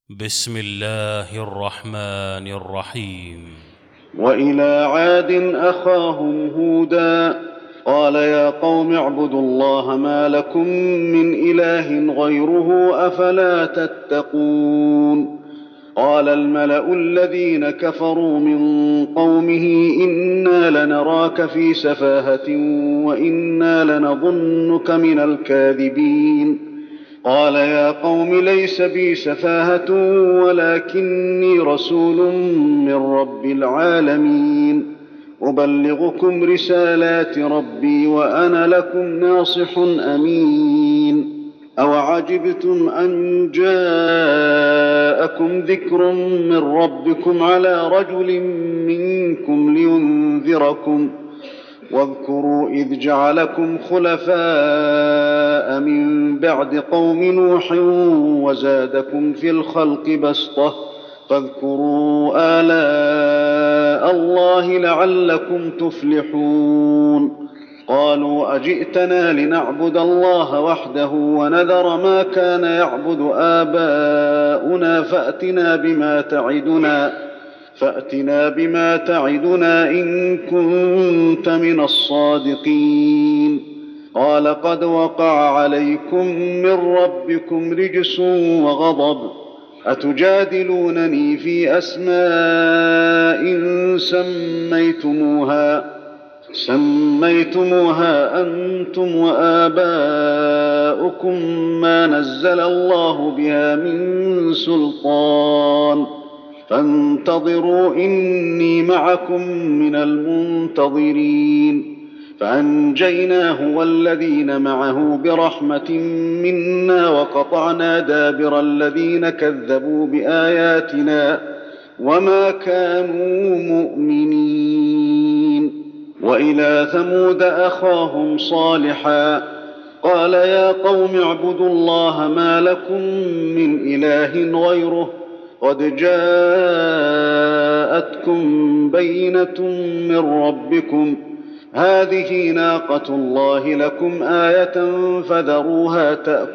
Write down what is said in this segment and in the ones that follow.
بسم الله الرحمن الرحيم. وإلى عاد أخاهم هودا قال يا قوم اعبدوا الله ما لكم من إله غيره أفلا تتقون. قال الملأ الذين كفروا من قومه إنا لنراك في سفاهة وإنا لنظنك من الكاذبين. قال يا قوم ليس بي سفاهة ولكني رسول من رب العالمين أبلغكم رسالات ربي وأنا لكم ناصح أمين. أوعجبتم أن جاءكم ذكر من ربكم على رجل منكم لينذركم واذكروا إذ جعلكم خلفاء من بعد قوم نوح وزادكم في الخلق بسطة فاذكروا آلاء الله لعلكم تفلحون. قالوا أجئتنا لنعبد الله وحده ونذر ما كان يعبد آباؤنا فأتنا بما تعدنا إن كنت من الصادقين. قال قد وقع عليكم من ربكم رجس وغضب أتجادلونني في أسماء سميتموها أنتم وآباؤكم ما نزل الله بها من سلطان فانتظروا إني معكم من المنتظرين. فأنجيناه والذين معه برحمة منا وقطعنا دابر الذين كذبوا بآياتنا وما كانوا مؤمنين. وإلى ثمود أخاهم صالحا قال يا قوم اعبدوا الله ما لكم من إله غيره قد جاءتكم بينة من ربكم هذه ناقة الله لكم آية فذروها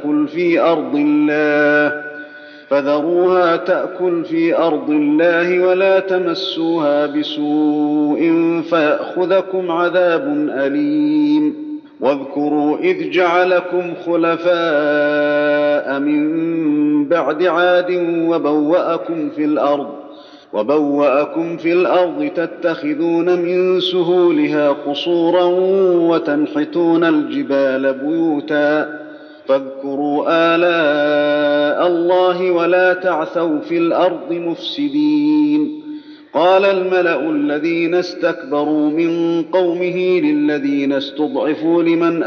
تأكل في أرض الله ولا تمسوها بسوء فيأخذكم عذاب أليم. واذكروا إذ جعلكم خلفاء من بعد عاد وبوأكم في الأرض تتخذون من سهولها قصورا وتنحتون الجبال بيوتا فاذكروا آلاء الله ولا تعثوا في الأرض مفسدين. قال الملأ الذين استكبروا من قومه للذين استضعفوا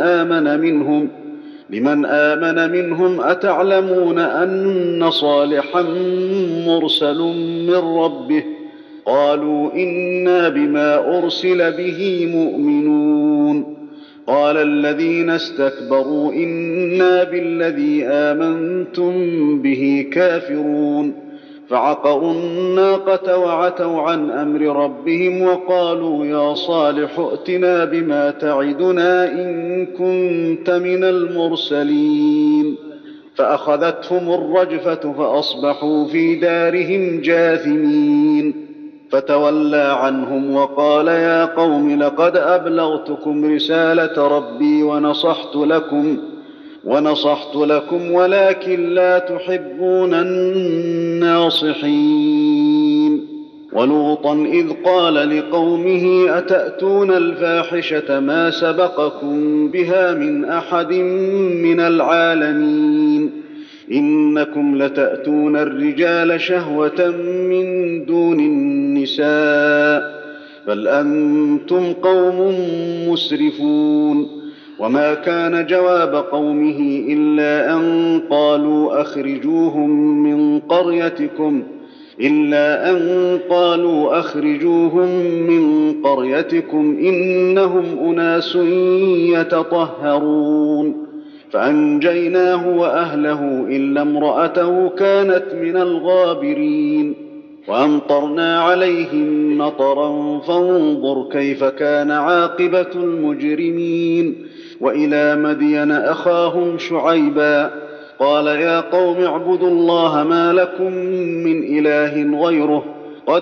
لمن آمن منهم أتعلمون أن صالحا مرسل من ربه قالوا إنا بما أرسل به مؤمنون. قال الذين استكبروا إنا بالذي آمنتم به كافرون. فعقروا الناقة وعتوا عن أمر ربهم وقالوا يا صالح ائتنا بما تعدنا إن كنت من المرسلين. فأخذتهم الرجفة فأصبحوا في دارهم جاثمين. فتولى عنهم وقال يا قوم لقد أبلغتكم رسالة ربي ونصحت لكم ولكن لا تحبون الناصحين. ولوطا إذ قال لقومه أتأتون الفاحشة ما سبقكم بها من أحد من العالمين إنكم لتأتون الرجال شهوة من دون النساء بل أنتم قوم مسرفون. وما كان جواب قومه إلا أن قالوا أخرجوهم من قريتكم إنهم أناس يتطهرون. فأنجيناه وأهله إلا امرأته كانت من الغابرين. وأمطرنا عليهم مطرا فانظر كيف كان عاقبة المجرمين. وإلى مدين أخاهم شعيبا قال يا قوم اعبدوا الله ما لكم من إله غيره قد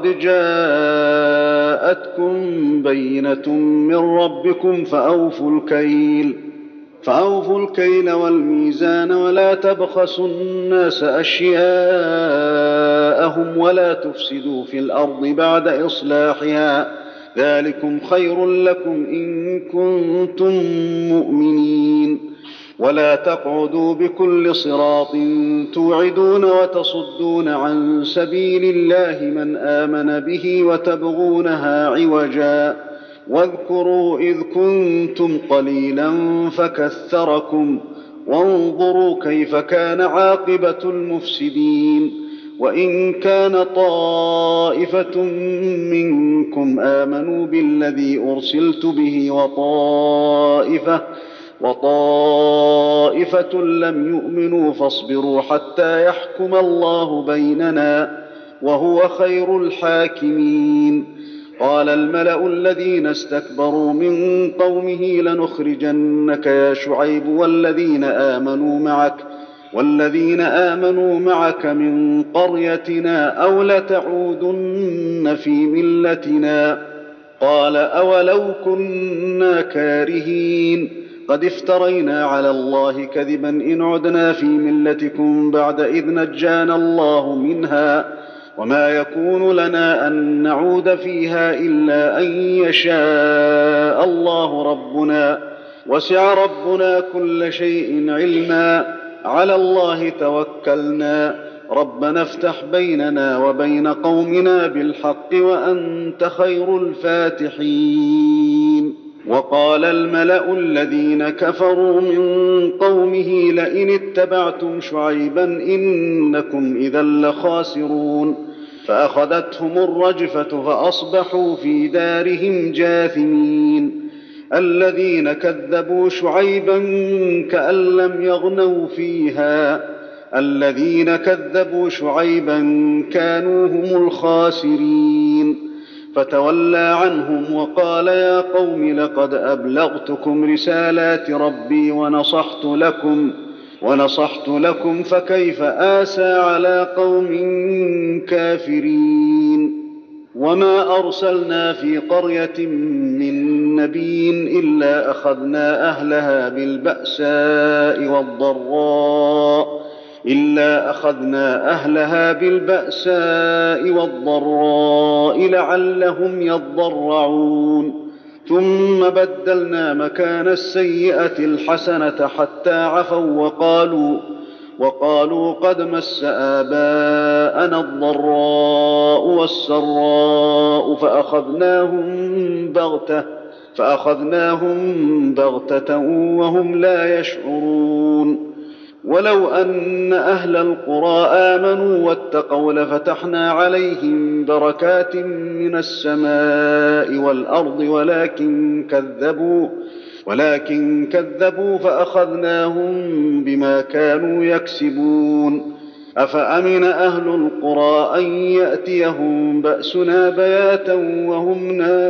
جاءتكم بينة من ربكم فأوفوا الكيل والميزان ولا تبخسوا الناس أشياءهم ولا تفسدوا في الأرض بعد إصلاحها ذلكم خير لكم إن كنتم مؤمنين ولا تقعدوا بكل صراط توعدون وتصدون عن سبيل الله من آمن به وتبغونها عوجا واذكروا إذ كنتم قليلا فكثركم وانظروا كيف كان عاقبة المفسدين وإن كان طائفة منكم آمنوا بالذي أرسلت به وطائفة لم يؤمنوا فاصبروا حتى يحكم الله بيننا وهو خير الحاكمين قال الملأ الذين استكبروا من قومه لنخرجنك يا شعيب والذين آمنوا معك من قريتنا أو لتعودن في ملتنا قال أولو كنا كارهين قد افترينا على الله كذبا إن عدنا في ملتكم بعد إذ نجانا الله منها وما يكون لنا أن نعود فيها إلا أن يشاء الله ربنا وسع ربنا كل شيء علما على الله توكلنا ربنا افتح بيننا وبين قومنا بالحق وأنت خير الفاتحين وقال الملأ الذين كفروا من قومه لئن اتبعتم شعيبا إنكم إذا لخاسرون فأخذتهم الرجفة فأصبحوا في دارهم جاثمين الذين كذبوا شعيبا كأن لم يغنوا فيها الذين كذبوا شعيبا كانوا هم الخاسرين فتولى عنهم وقال يا قوم لقد أبلغتكم رسالات ربي ونصحت لكم فكيف آسى على قوم كافرين وما أرسلنا في قرية من نبي إلا أخذنا أهلها بالبأساء والضراء لعلهم يضرعون ثم بدلنا مكان السيئة الحسنة حتى عفوا وقالوا قد مس آباءنا الضراء والسراء فأخذناهم بغتة وهم لا يشعرون ولو أن أهل القرى آمنوا واتقوا لفتحنا عليهم بركات من السماء والأرض ولكن كذبوا فأخذناهم بما كانوا يكسبون أفأمن أهل القرى أن يأتيهم بأسنا بياتا وهم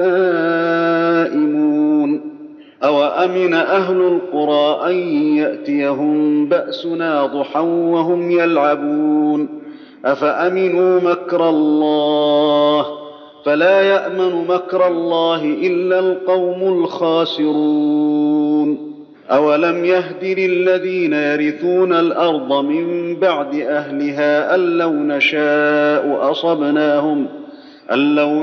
نائمون أوأمن أهل القرى أن يأتيهم بأسنا ضحى وهم يلعبون أفأمنوا مكر الله فلا يأمن مكر الله إلا القوم الخاسرون أولم يهد للذين يرثون الأرض من بعد أهلها أن لو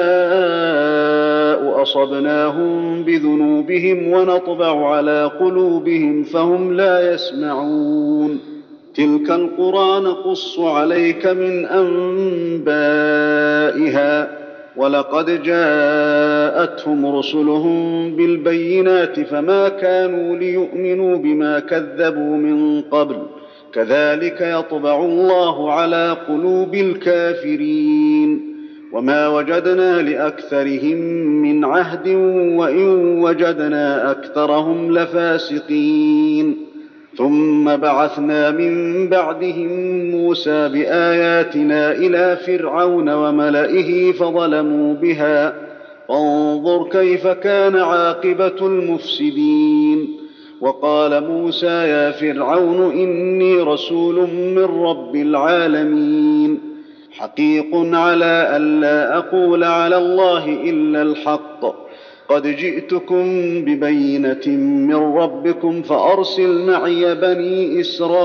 نشاء أصبناهم بذنوبهم ونطبع على قلوبهم فهم لا يسمعون تلك القرى نقص عليك من أنبائها ولقد جاءتهم رسلهم بالبينات فما كانوا ليؤمنوا بما كذبوا من قبل كذلك يطبع الله على قلوب الكافرين وما وجدنا لأكثرهم من عهد وإن وجدنا أكثرهم لفاسقين ثم بعثنا من بعدهم موسى بآياتنا إلى فرعون وملئه فظلموا بها فانظر كيف كان عاقبة المفسدين وقال موسى يا فرعون إني رسول من رب العالمين حقيق على ألا أقول على الله إلا الحق قد جئتكم ببينة من ربكم فأرسل معي بني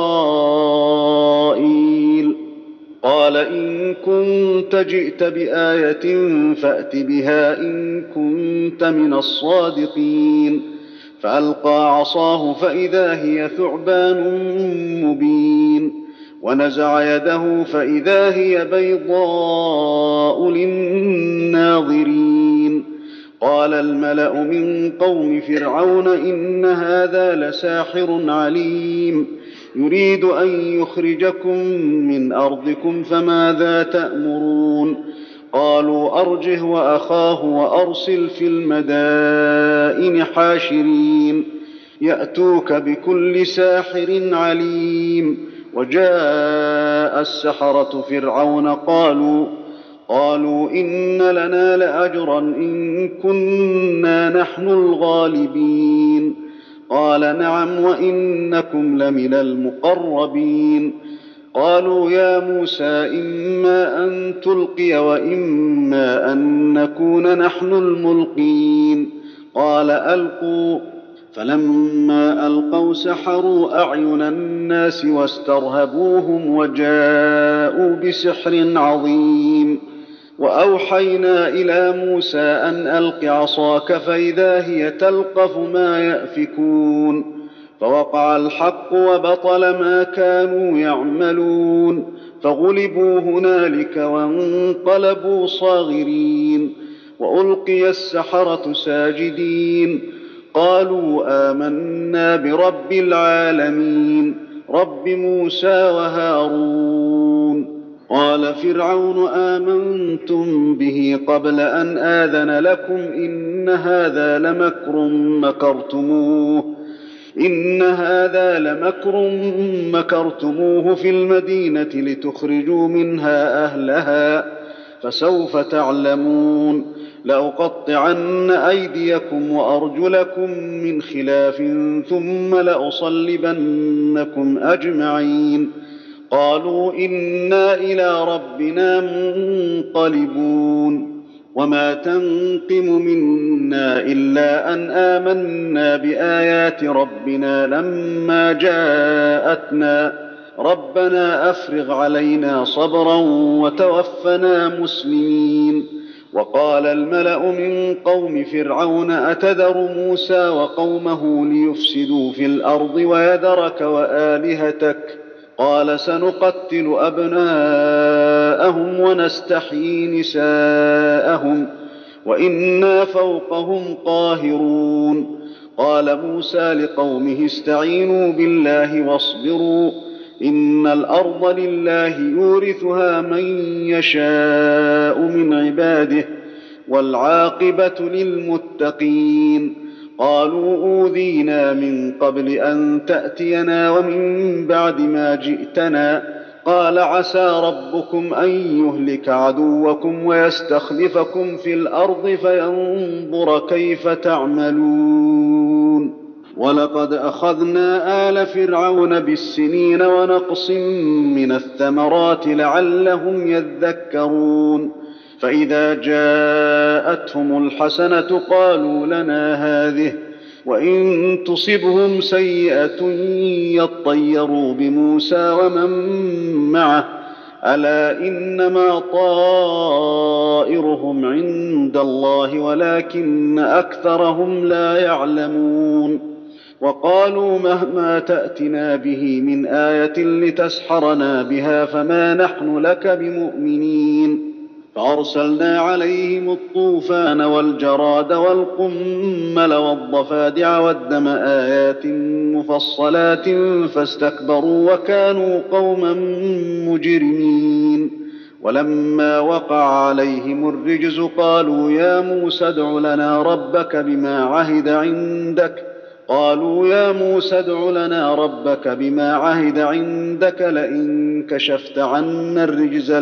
إسرائيل قال إن كنت جئت بآية فأت بها إن كنت من الصادقين فألقى عصاه فإذا هي ثعبان مبين ونزع يده فإذا هي بيضاء للناظرين قال الملأ من قوم فرعون إن هذا لساحر عليم يريد أن يخرجكم من أرضكم فماذا تأمرون قالوا أرجه وأخاه وأرسل في المدائن حاشرين يأتوك بكل ساحر عليم وجاء السحرة فرعون قالوا إن لنا لأجرا إن كنا نحن الغالبين قال نعم وإنكم لمن المقربين قالوا يا موسى إما أن تلقي وإما أن نكون نحن الملقين قال ألقوا فلما ألقوا سحروا أعين الناس واسترهبوهم وجاءوا بسحر عظيم وأوحينا إلى موسى أن ألق عصاك فإذا هي تلقف ما يأفكون فوقع الحق وبطل ما كانوا يعملون فغلبوا هنالك وانقلبوا صاغرين وألقي السحرة ساجدين قالوا آمنا برب العالمين رب موسى وهارون قال فرعون آمنتم به قبل أن آذن لكم إن هذا لمكر مكرتموه في المدينة لتخرجوا منها أهلها فسوف تعلمون لأقطعن أيديكم وأرجلكم من خلاف ثم لأصلبنكم أجمعين قالوا إنا إلى ربنا منقلبون وما تنقم منا إلا أن آمنا بآيات ربنا لما جاءتنا ربنا أفرغ علينا صبرا وتوفنا مسلمين وقال الملأ من قوم فرعون أتذر موسى وقومه ليفسدوا في الأرض ويذرك وآلهتك قال سنقتل أبناءهم ونستحيي نساءهم وإنا فوقهم قاهرون قال موسى لقومه استعينوا بالله واصبروا إن الأرض لله يورثها من يشاء من عباده والعاقبة للمتقين قالوا أوذينا من قبل أن تأتينا ومن بعد ما جئتنا قال عسى ربكم أن يهلك عدوكم ويستخلفكم في الأرض فينظر كيف تعملون ولقد أخذنا آل فرعون بالسنين ونقص من الثمرات لعلهم يذكرون فإذا جاءتهم الحسنة قالوا لنا هذه وإن تصبهم سيئة يطيروا بموسى ومن معه ألا إنما طائرهم عند الله ولكن أكثرهم لا يعلمون وقالوا مهما تأتنا به من آية لتسحرنا بها فما نحن لك بمؤمنين فأرسلنا عليهم الطوفان والجراد والقمل والضفادع والدم آيات مفصلات فاستكبروا وكانوا قوما مجرمين ولما وقع عليهم الرجز قالوا يا موسى ادع لنا ربك بما عهد عندك لئن كشفت عنا الرجز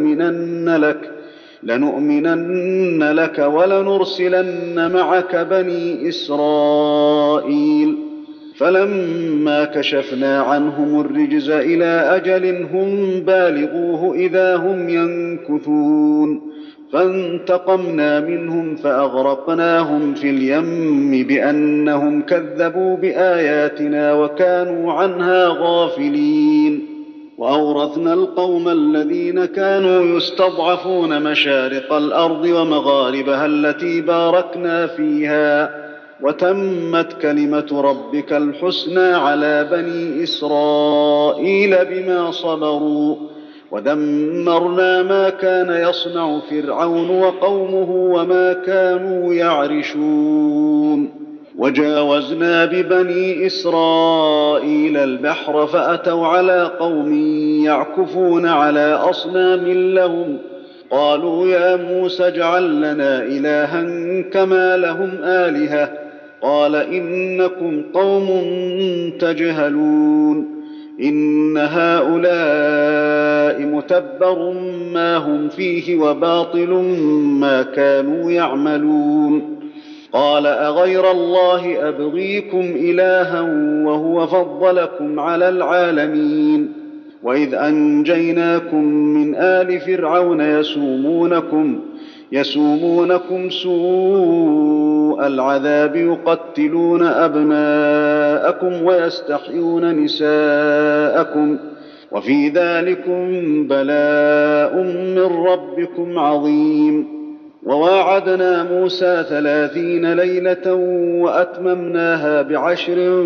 لنؤمنن لك ولنرسلن معك بني إسرائيل فلما كشفنا عنهم الرجز إلى أجل هم بالغوه إذا هم ينكثون فانتقمنا منهم فأغرقناهم في اليم بأنهم كذبوا بآياتنا وكانوا عنها غافلين وأورثنا القوم الذين كانوا يستضعفون مشارق الأرض ومغاربها التي باركنا فيها وتمت كلمة ربك الحسنى على بني إسرائيل بما صبروا ودمرنا ما كان يصنع فرعون وقومه وما كانوا يعرشون وجاوزنا ببني إسرائيل البحر فأتوا على قوم يعكفون على أصنام لهم قالوا يا موسى اجعل لنا إلها كما لهم آلهة قال إنكم قوم تجهلون إن هؤلاء متبر ما هم فيه وباطل ما كانوا يعملون قال أغير الله أبغيكم إلها وهو فضلكم على العالمين وإذ أنجيناكم من آل فرعون يسومونكم سوء العذاب يقتلون أبناءكم ويستحيون نساءكم وفي ذلكم بلاء من ربكم عظيم وواعدنا موسى 30 ليلة وأتممناها ب10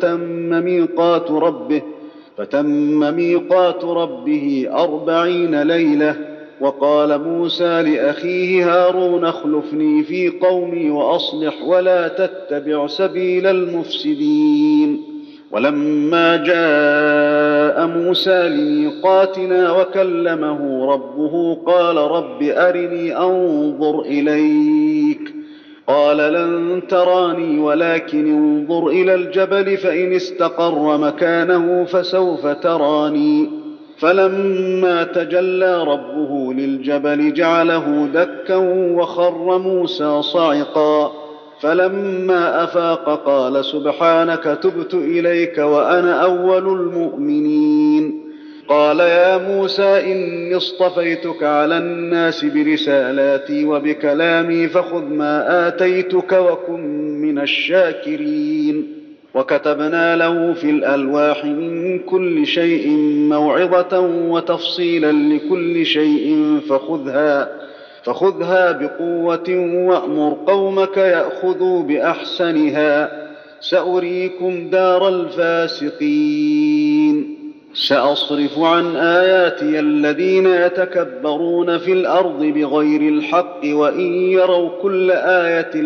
فتم ميقات ربه 40 ليلة وقال موسى لأخيه هارون اخلفني في قومي وأصلح ولا تتبع سبيل المفسدين ولما جاء موسى لميقاتنا وكلمه ربه قال رب أرني أنظر إليك قال لن تراني ولكن انظر إلى الجبل فإن استقر مكانه فسوف تراني فلما تجلى ربه للجبل جعله دكا وخر موسى صعقا فلما أفاق قال سبحانك تبت إليك وأنا أول المؤمنين قال يا موسى إني اصطفيتك على الناس برسالاتي وبكلامي فخذ ما آتيتك وكن من الشاكرين وكتبنا له في الألواح من كل شيء موعظة وتفصيلا لكل شيء فخذها بقوة وأمر قومك يأخذوا بأحسنها سأريكم دار الفاسقين سأصرف عن آياتي الذين يتكبرون في الأرض بغير الحق وإن يروا كل آية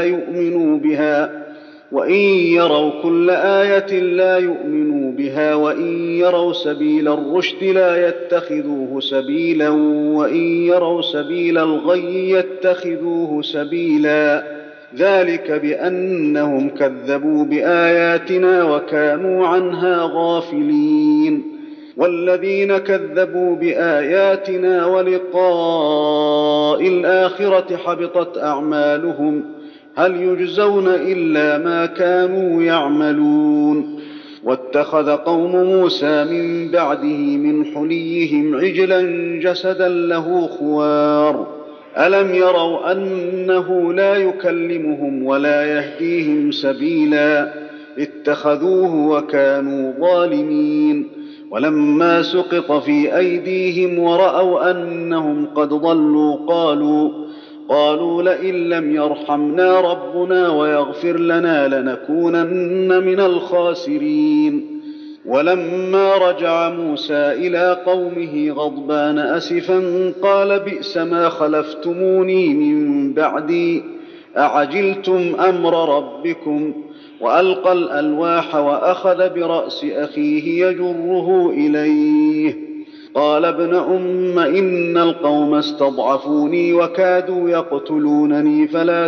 لا يؤمنوا بها وإن يروا سبيل الرشد لا يتخذوه سبيلا وإن يروا سبيل الغي يتخذوه سبيلا ذلك بأنهم كذبوا بآياتنا وكانوا عنها غافلين والذين كذبوا بآياتنا ولقاء الآخرة حبطت أعمالهم هل يجزون إلا ما كانوا يعملون واتخذ قوم موسى من بعده من حليهم عجلا جسدا له خوار ألم يروا أنه لا يكلمهم ولا يهديهم سبيلا اتخذوه وكانوا ظالمين ولما سقط في أيديهم ورأوا أنهم قد ضلوا قالوا لئن لم يرحمنا ربنا ويغفر لنا لنكونن من الخاسرين ولما رجع موسى إلى قومه غضبان أسفا قال بئس ما خلفتموني من بعدي أعجلتم أمر ربكم وألقى الألواح وأخذ برأس أخيه يجره إليه قال ابن أم إن القوم استضعفوني وكادوا يقتلونني فلا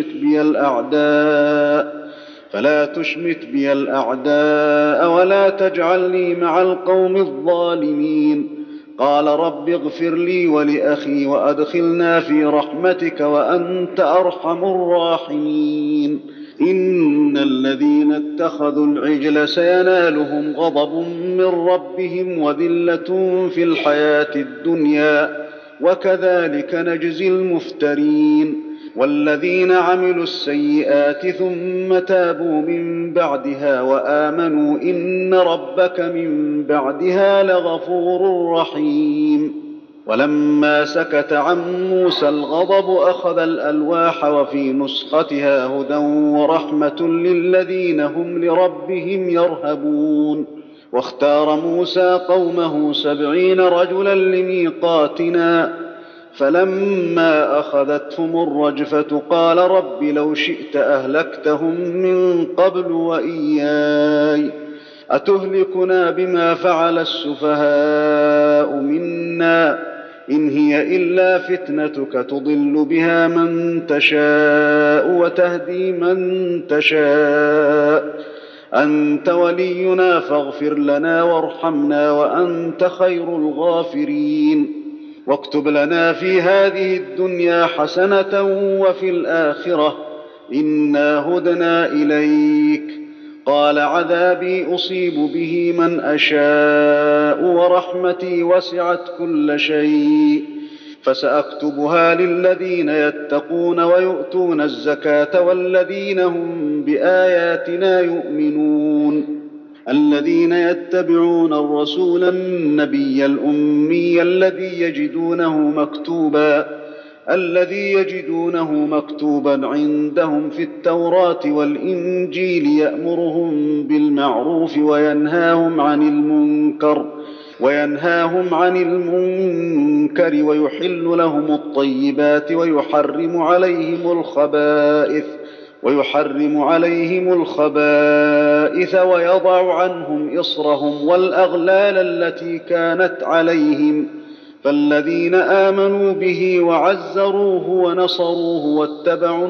تشمت بي الأعداء ولا تجعلني مع القوم الظالمين قال رب اغفر لي ولأخي وأدخلنا في رحمتك وأنت أرحم الراحمين إن الذين اتخذوا العجل سينالهم غضب من ربهم وذلة في الحياة الدنيا وكذلك نجزي المفترين. والذين عملوا السيئات ثم تابوا من بعدها وآمنوا إن ربك من بعدها لغفور رحيم. ولما سكت عن موسى الغضب أخذ الألواح وفي نسختها هدى ورحمة للذين هم لربهم يرهبون. واختار موسى قومه 70 رجلا لميقاتنا فلما أخذتهم الرجفة قال رب لو شئت أهلكتهم من قبل وإياي أتهلكنا بما فعل السفهاء منا إن هي إلا فتنتك تضل بها من تشاء وتهدي من تشاء أنت ولينا فاغفر لنا وارحمنا وأنت خير الغافرين. واكتب لنا في هذه الدنيا حسنة وفي الآخرة إنا هدنا إليك. قال عذابي أصيب به من أشاء ورحمتي وسعت كل شيء فسأكتبها للذين يتقون ويؤتون الزكاة والذين هم بآياتنا يؤمنون. الذين يتبعون الرسول النبي الأمي الذي يجدونه مكتوبا عندهم في التوراة والإنجيل يأمرهم بالمعروف وينهاهم عن المنكر ويحل لهم الطيبات ويحرم عليهم الخبائث ويضع عنهم إصرهم والأغلال التي كانت عليهم. فالذين آمنوا به وعزروه ونصروه واتبعوا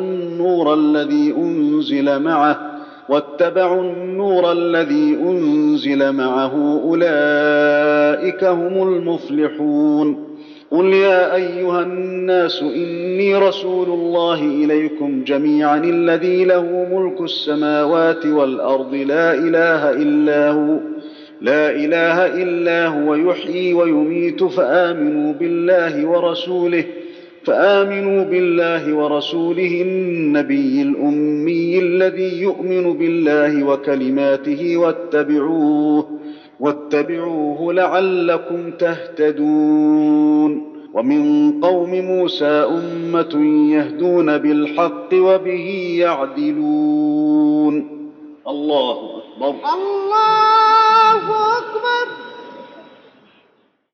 النور الذي أنزل معه أولئك هم المفلحون. قل يا أيها الناس إني رسول الله إليكم جميعا الذي له ملك السماوات والأرض لا إله إلا هو يحيي ويميت فآمنوا بالله ورسوله النبي الأمي الذي يؤمن بالله وكلماته واتبعوه لعلكم تهتدون. ومن قوم موسى أمة يهدون بالحق وبه يعدلون. الله أكبر. الله أكبر.